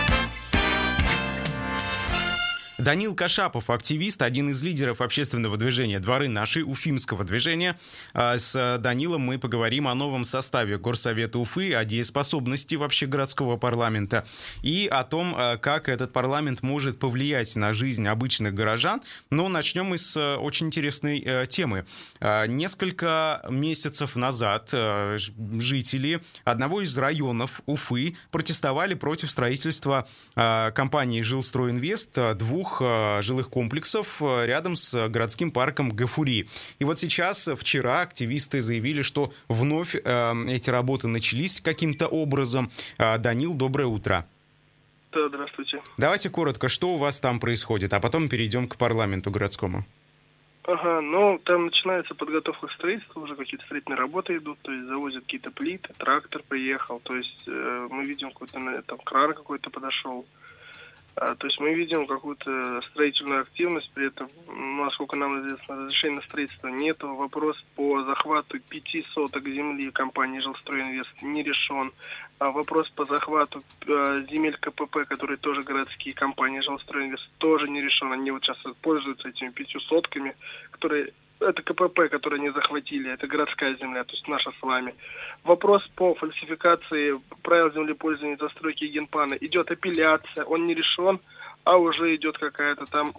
Speaker 1: Данил Кашапов, активист, один из лидеров общественного движения «Дворы наши», уфимского движения. С Данилом мы поговорим о новом составе Горсовета Уфы, о дееспособности вообще городского парламента и о том, как этот парламент может повлиять на жизнь обычных горожан. Но начнем мы с очень интересной темы. Несколько месяцев назад жители одного из районов Уфы протестовали против строительства компании «Жилстройинвест» двух жилых комплексов рядом с городским парком Гафури. И вот сейчас, вчера, активисты заявили, что вновь эти работы начались каким-то образом. Данил, доброе утро.
Speaker 12: Да, здравствуйте.
Speaker 1: Давайте коротко, что у вас там происходит, а потом перейдем к парламенту городскому.
Speaker 12: Ага, ну там начинается подготовка к строительству, уже какие-то строительные работы идут, то есть завозят какие-то плиты, трактор приехал, то есть мы видим какой-то там кран какой-то подошел. То есть мы видим какую-то строительную активность, при этом, насколько нам известно, разрешения на строительство нет. Вопрос по захвату 5 соток земли компании «Жилстройинвест» не решен. Вопрос по захвату земель КПП, которые тоже городские компании «Жилстройинвест», тоже не решен. Они вот сейчас пользуются этими 5 сотками, которые... Это КПП, которые они захватили, это городская земля, то есть наша с вами. Вопрос по фальсификации правил землепользования и застройки генплана. Идет апелляция, он не решен, а уже идет какая-то там,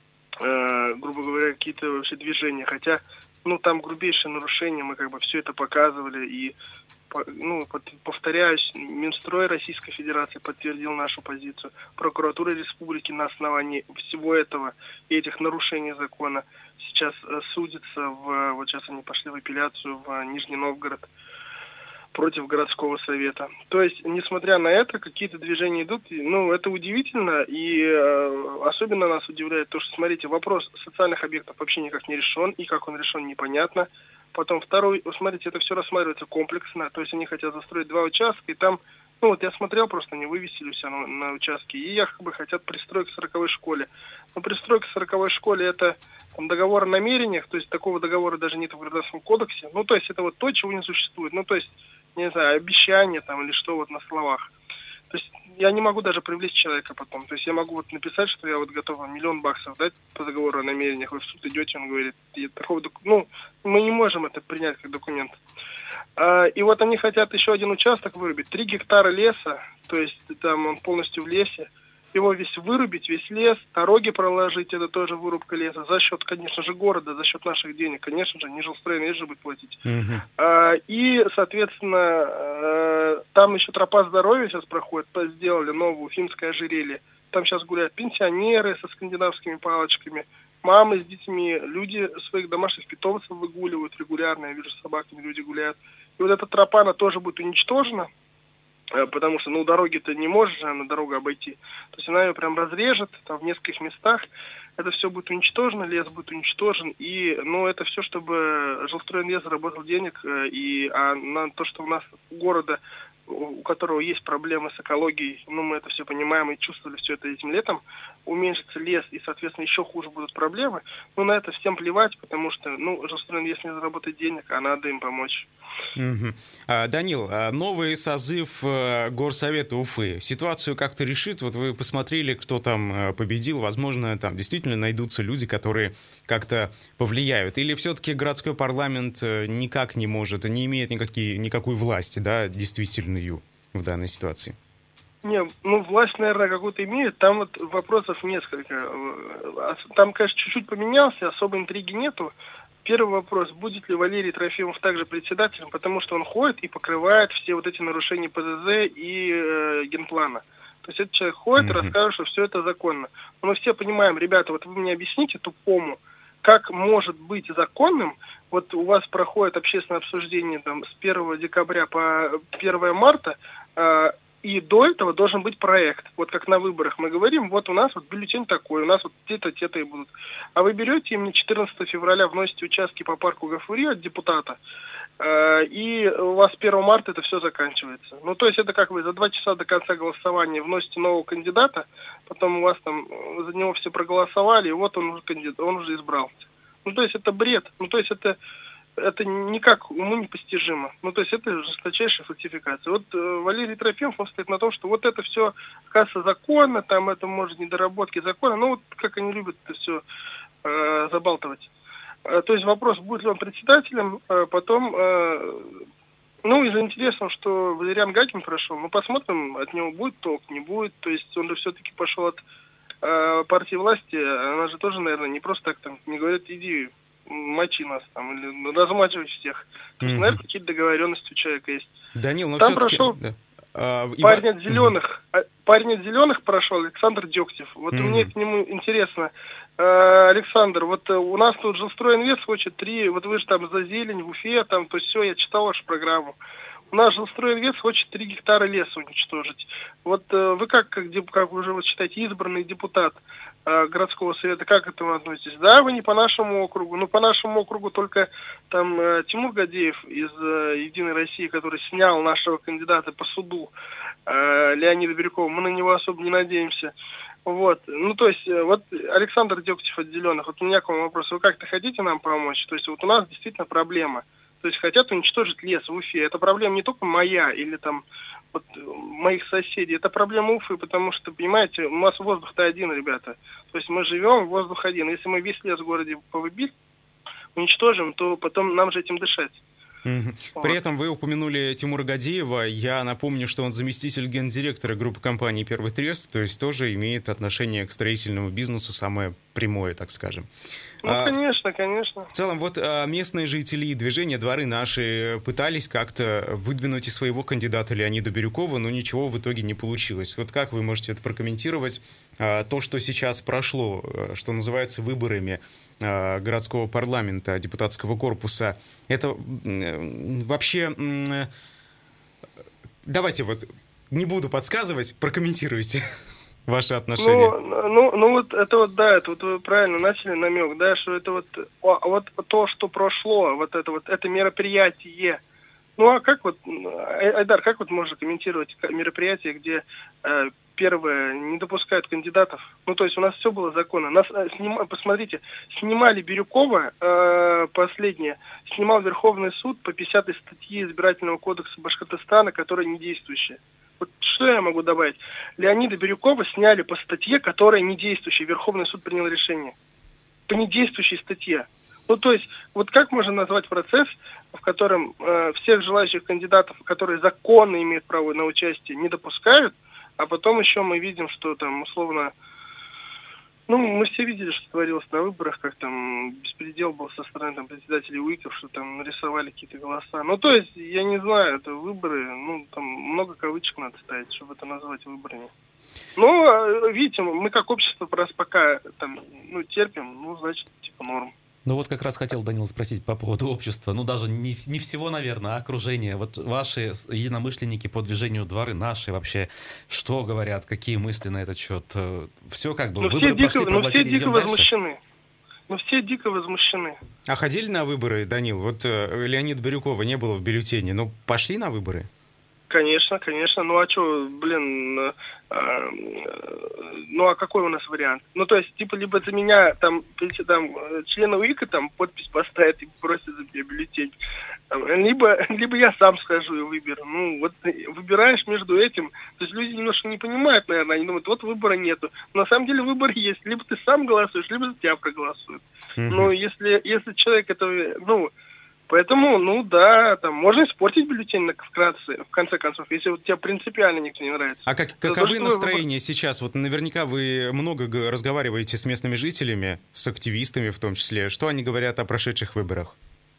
Speaker 12: грубо говоря, какие-то вообще движения. Хотя, ну, там грубейшее нарушение, мы как бы все это показывали. И, ну, повторяюсь, Минстрой Российской Федерации подтвердил нашу позицию. Прокуратура Республики на основании всего этого и этих нарушений закона сейчас судится вот сейчас они пошли в апелляцию в Нижний Новгород против городского совета. То есть, несмотря на это, какие-то движения идут, ну, это удивительно, и особенно нас удивляет то, что, смотрите, вопрос социальных объектов вообще никак не решен, и как он решен, непонятно. Потом второй, смотрите, это все рассматривается комплексно, то есть они хотят застроить 2 участка, и там, ну вот я смотрел, просто они вывесили у себя на участке, и якобы хотят пристроить к 40-й школе. Но пристройка к 40-й школе это там, договор о намерениях, то есть такого договора даже нет в Гражданском кодексе, ну то есть это вот то, чего не существует, ну то есть, не знаю, обещание там или что вот на словах. То есть я не могу даже привлечь человека потом. То есть я могу вот написать, что я вот готов вам $1 000 000 дать по договору о намерениях. Вы в суд идете, он говорит, ну, мы не можем это принять как документ. И вот они хотят еще один участок вырубить. 3 гектара леса, то есть там он полностью в лесе. Его весь вырубить, весь лес, дороги проложить, это тоже вырубка леса. За счет, конечно же, города, за счет наших денег, конечно же, не Жилстройинвест же будет платить. И, соответственно, там еще тропа здоровья сейчас проходит, сделали новую, Уфимское ожерелье. Там сейчас гуляют пенсионеры со скандинавскими палочками, мамы с детьми, люди своих домашних питомцев выгуливают регулярно, я вижу, с собаками люди гуляют. И вот эта тропа, она тоже будет уничтожена. Потому что, ну, дороги-то не можешь же на дорогу обойти. То есть она ее прям разрежет, там в нескольких местах. Это все будет уничтожено, лес будет уничтожен. И, ну, это все, чтобы Жилстройинвест заработал денег. А на то, что у нас у города у которого есть проблемы с экологией, ну, мы это все понимаем и чувствовали все это этим летом, уменьшится лес, и, соответственно, еще хуже будут проблемы, ну, на это всем плевать, потому что, ну, Жилстройинвест не заработает денег, а надо им помочь.
Speaker 1: Данил, новый созыв Горсовета Уфы ситуацию как-то решит? Вот вы посмотрели, кто там победил, возможно, там действительно найдутся люди, которые как-то повлияют, или все-таки городской парламент никак не может, не имеет никакой власти, да, действительную в данной ситуации?
Speaker 12: Не, ну, власть, наверное, какую-то имеет. Там вот вопросов несколько. Там, конечно, чуть-чуть поменялся, особой интриги нету. Первый вопрос, будет ли Валерий Трофимов также председателем, потому что он ходит и покрывает все вот эти нарушения ПДЗ и генплана. То есть этот человек ходит и рассказывает, что все это законно. Но мы все понимаем, ребята, вот вы мне объясните тупому, как может быть законным, вот у вас проходит общественное обсуждение там, с 1 декабря по 1 марта, и до этого должен быть проект. Вот как на выборах мы говорим, вот у нас вот бюллетень такой, у нас вот те-то и будут. А вы берете и мне 14 февраля вносите участки по парку Гафури от депутата, и у вас 1 марта это все заканчивается. Ну, то есть это как вы за 2 часа до конца голосования вносите нового кандидата, потом у вас там за него все проголосовали, и вот он уже кандидат, он уже избрался. Ну, то есть это бред. Ну, то есть это никак уму непостижимо. Ну, то есть это жесточайшая фальсификация. Вот Валерий Трофимов, он стоит на том, что вот это все, кажется, законно, там это, может, недоработки закона, но вот как они любят это все забалтывать. То есть вопрос, будет ли он председателем, потом, ну, из-за интересного, что Валериан Гагин прошел, ну, посмотрим, от него будет толк, не будет, то есть он же все-таки пошел от партии власти, она же тоже, наверное, не просто так там не говорят, иди мочи нас там, или размачивай всех. То есть, наверное, какие-то договоренности у человека есть.
Speaker 1: Данил, но
Speaker 12: там
Speaker 1: все-таки...
Speaker 12: прошел парень от зеленых прошел, Александр Дегтев. Вот мне к нему интересно, Александр, вот у нас тут Жилстройинвест хочет 3, вот вы же там за зелень в Уфе, там, то есть все, я читал вашу программу. У нас Жилстройинвест хочет 3 гектара леса уничтожить. Вот вы как уже вот считаете, избранный депутат городского совета, как к этому относитесь? Да, вы не по нашему округу, но по нашему округу только там Тимур Гадеев из «Единой России», который снял нашего кандидата по суду, Леонида Бирюкова, мы на него особо не надеемся. Вот, ну то есть, вот Александр Дегтев от «Зеленых», вот у меня к вам вопрос, вы как-то хотите нам помочь? То есть вот у нас действительно проблема. То есть хотят уничтожить лес в Уфе. Это проблема не только моя или там вот моих соседей. Это проблема Уфы, потому что, понимаете, у нас воздух-то один, ребята. То есть мы живем, воздух один. Если мы весь лес в городе уничтожим, то потом нам же этим дышать.
Speaker 1: При этом вы упомянули Тимура Гадеева. Я напомню, что он заместитель гендиректора группы компаний «Первый трест», то есть тоже имеет отношение к строительному бизнесу, самое прямое, так скажем.
Speaker 12: Ну, конечно, конечно.
Speaker 1: В целом, вот местные жители и движение «Дворы наши» пытались как-то выдвинуть и своего кандидата Леонида Бирюкова, но ничего в итоге не получилось. Вот как вы можете это прокомментировать? То, что сейчас прошло, что называется выборами городского парламента, депутатского корпуса, это вообще... Давайте вот, не буду подсказывать, прокомментируйте ваши отношения.
Speaker 12: Ну вот это вот, да, это вот вы правильно начали намек, да, что это вот то, что прошло, вот это мероприятие. Ну а как вот, Айдар, как вот можно комментировать мероприятие, где первое, не допускают кандидатов? Ну то есть у нас все было законно. Нас посмотрите, снимали Бирюкова, последнее, снимал Верховный суд по 50-й статье Избирательного кодекса Башкортостана, которая не действующая. Вот что я могу добавить? Леонида Бирюкова сняли по статье, которая не действующая. Верховный суд принял решение. По недействующей статье. Ну, то есть, вот как можно назвать процесс, в котором всех желающих кандидатов, которые законно имеют право на участие, не допускают, а потом еще мы видим, что там, условно, ну, мы все видели, что творилось на выборах, как там беспредел был со стороны там председателей УИКов, что там нарисовали какие-то голоса. Ну, то есть, я не знаю, это выборы, ну, там много кавычек надо ставить, чтобы это назвать выборами. Ну, видите, мы как общество просто пока там, ну, терпим, ну, значит, типа норм.
Speaker 3: Ну вот как раз хотел, Данил, спросить по поводу общества. Ну даже не всего, наверное, а окружения. Вот ваши единомышленники по движению «Дворы наши» вообще что говорят, какие мысли на этот счет? Все как бы, выборы прошли, проглотили, идем дальше?
Speaker 12: Все дико возмущены.
Speaker 1: А ходили на выборы, Данил? Вот Леонида Бирюкова не было в бюллетене, но пошли на выборы?
Speaker 12: Конечно, конечно. Ну а что, блин, ну а какой у нас вариант? Ну то есть, типа, либо за меня там члены УИКа там подпись поставят и просят за меня бюллетень, либо я сам схожу и выберу. Ну вот выбираешь между этим. То есть люди немножко не понимают, наверное, они думают, вот выбора нету. Но на самом деле выбор есть. Либо ты сам голосуешь, либо за тебя проголосуют. Ну если человек это, ну... Поэтому, ну да, там можно испортить бюллетень в конце концов, если вот тебе принципиально никто не нравится.
Speaker 1: А каковы настроения сейчас? Вот наверняка вы много разговариваете с местными жителями, с активистами в том числе. Что они говорят о прошедших выборах?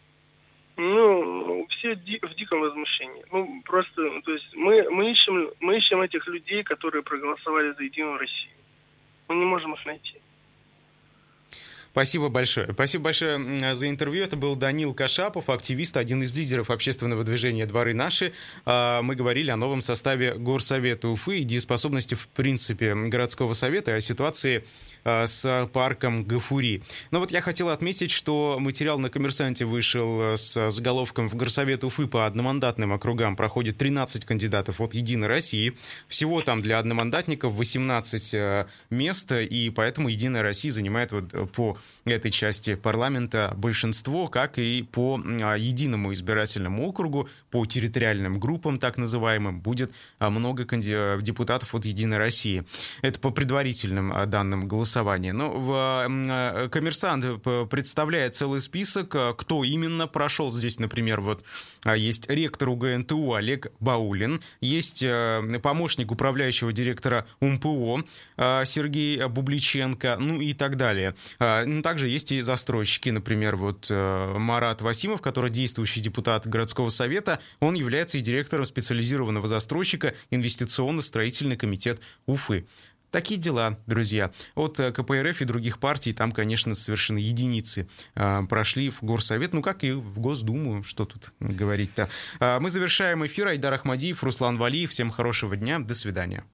Speaker 12: Ну, все в диком возмущении. Ну, просто, то есть мы ищем этих людей, которые проголосовали за Единую Россию. Мы не можем их найти.
Speaker 1: Спасибо большое. Спасибо большое за интервью. Это был Данил Кашапов, активист, один из лидеров общественного движения «Дворы наши». Мы говорили о новом составе Горсовета Уфы и дееспособности, в принципе, городского совета, и о ситуации с парком Гафури. Но вот я хотел отметить, что материал на «Коммерсанте» вышел с заголовком: «В Горсовет Уфы по одномандатным округам проходит 13 кандидатов от «Единой России». Всего там для одномандатников 18 мест, и поэтому «Единая Россия» занимает вот по этой части парламента большинство, как и по единому избирательному округу, по территориальным группам, так называемым, будет много депутатов от «Единой России». Это по предварительным данным голосования. Но «Коммерсант» представляет целый список, кто именно прошел. Здесь, например, вот есть ректор УГНТУ Олег Баулин, есть помощник управляющего директора УМПО Сергей Бубличенко, ну и так далее. Также есть и застройщики, например, вот Марат Васимов, который действующий депутат городского совета, он является и директором специализированного застройщика Инвестиционно-строительный комитет Уфы. Такие дела, друзья. От КПРФ и других партий там, конечно, совершенно единицы прошли в Горсовет, ну как и в Госдуму, что тут говорить-то. Мы завершаем эфир. Айдар Ахмадиев, Руслан Валиев. Всем хорошего дня. До свидания.